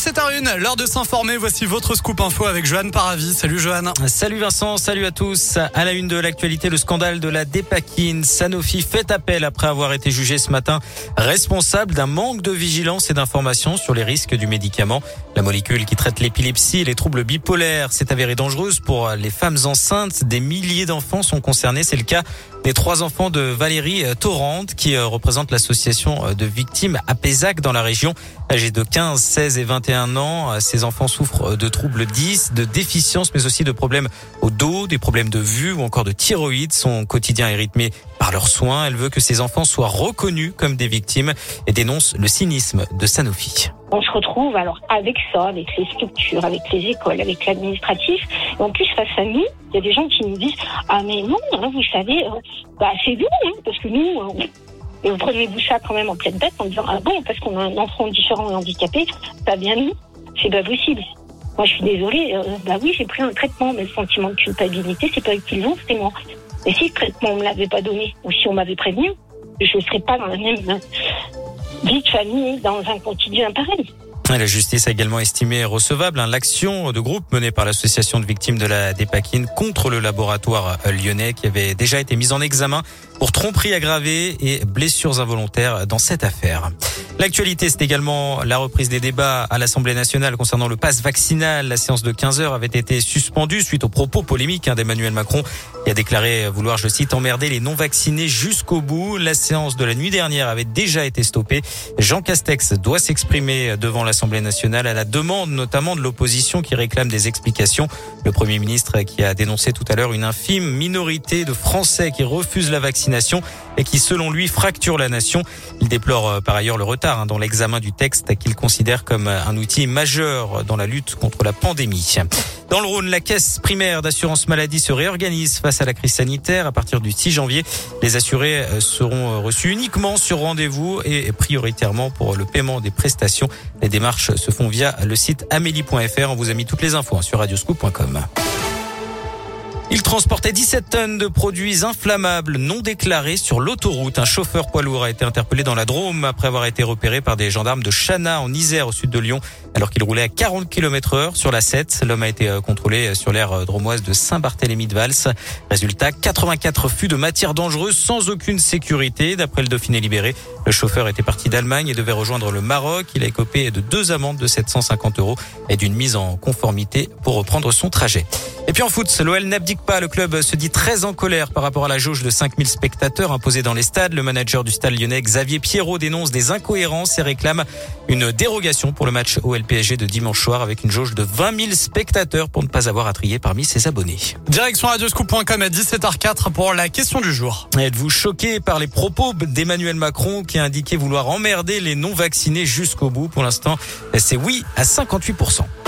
17h01, l'heure de s'informer. Voici votre scoop info avec Johan Paravis. Salut Johan. Salut Vincent, salut à tous. À la une de l'actualité, le scandale de la Dépakine. Sanofi fait appel après avoir été jugé ce matin responsable d'un manque de vigilance et d'information sur les risques du médicament. La molécule qui traite l'épilepsie et les troubles bipolaires s'est avérée dangereuse pour les femmes enceintes. Des milliers d'enfants sont concernés. C'est le cas des 3 enfants de Valérie Torrente qui représente l'association de victimes Apézac dans la région. Âgés de 15, 16 et 21 ans, ces enfants souffrent de troubles 10, de déficiences, mais aussi de problèmes au dos, des problèmes de vue ou encore de thyroïde. Son quotidien est rythmé par leurs soins. Elle veut que ces enfants soient reconnus comme des victimes et dénonce le cynisme de Sanofi. On se retrouve alors avec ça, avec les structures, avec les écoles, avec l'administratif. Et en plus, face à nous, il y a des gens qui nous disent « Ah mais non, vous savez, c'est vous, parce que nous... Et vous prenez-vous ça quand même en pleine tête en disant « Ah bon, parce qu'on a un enfant différent et handicapé, pas bien nous, c'est pas possible. » Moi, je suis désolée, oui, j'ai pris un traitement, mais le sentiment de culpabilité, c'est pas eux qui l'ont, c'est moi. Et si le traitement, on me l'avait pas donné, ou si on m'avait prévenu, je ne serais pas dans la même vie de famille, dans un quotidien pareil. La justice a également estimé recevable l'action de groupe menée par l'association de victimes de la Dépakine contre le laboratoire lyonnais qui avait déjà été mise en examen pour tromperie aggravée et blessures involontaires dans cette affaire. L'actualité, c'est également la reprise des débats à l'Assemblée nationale concernant le pass vaccinal. La séance de 15h avait été suspendue suite aux propos polémiques d'Emmanuel Macron qui a déclaré vouloir, je cite, emmerder les non-vaccinés jusqu'au bout. La séance de la nuit dernière avait déjà été stoppée. Jean Castex doit s'exprimer devant l'Assemblée nationale à la demande notamment de l'opposition qui réclame des explications. Le Premier ministre qui a dénoncé tout à l'heure une infime minorité de Français qui refusent la vaccination et qui, selon lui, fracture la nation. Il déplore par ailleurs le retard dans l'examen du texte qu'il considère comme un outil majeur dans la lutte contre la pandémie. Dans le Rhône, la caisse primaire d'assurance maladie se réorganise face à la crise sanitaire. À partir du 6 janvier, les assurés seront reçus uniquement sur rendez-vous et prioritairement pour le paiement des prestations. Les démarches se font via le site amélie.fr. On vous a mis toutes les infos sur radioscoop.com. Il transportait 17 tonnes de produits inflammables non déclarés sur l'autoroute. Un chauffeur poids lourd a été interpellé dans la Drôme après avoir été repéré par des gendarmes de Chana en Isère au sud de Lyon alors qu'il roulait à 40 km/h sur la 7. L'homme a été contrôlé sur l'aire dromoise de Saint-Barthélemy-de-Vals. Résultat, 84 fûts de matière dangereuse sans aucune sécurité. D'après le Dauphiné libéré, le chauffeur était parti d'Allemagne et devait rejoindre le Maroc. Il a écopé de 2 amendes de 750 € et d'une mise en conformité pour reprendre son trajet. Et puis en foot, l'OL n'abdique pas. Le club se dit très en colère par rapport à la jauge de 5000 spectateurs imposée dans les stades. Le manager du Stade lyonnais, Xavier Pierrot, dénonce des incohérences et réclame une dérogation pour le match OL-PSG de dimanche soir avec une jauge de 20 000 spectateurs pour ne pas avoir à trier parmi ses abonnés. Direction radioscoop.com à 17h04 pour la question du jour. Êtes-vous choqué par les propos d'Emmanuel Macron qui a indiqué vouloir emmerder les non-vaccinés jusqu'au bout? Pour l'instant, c'est oui à 58%.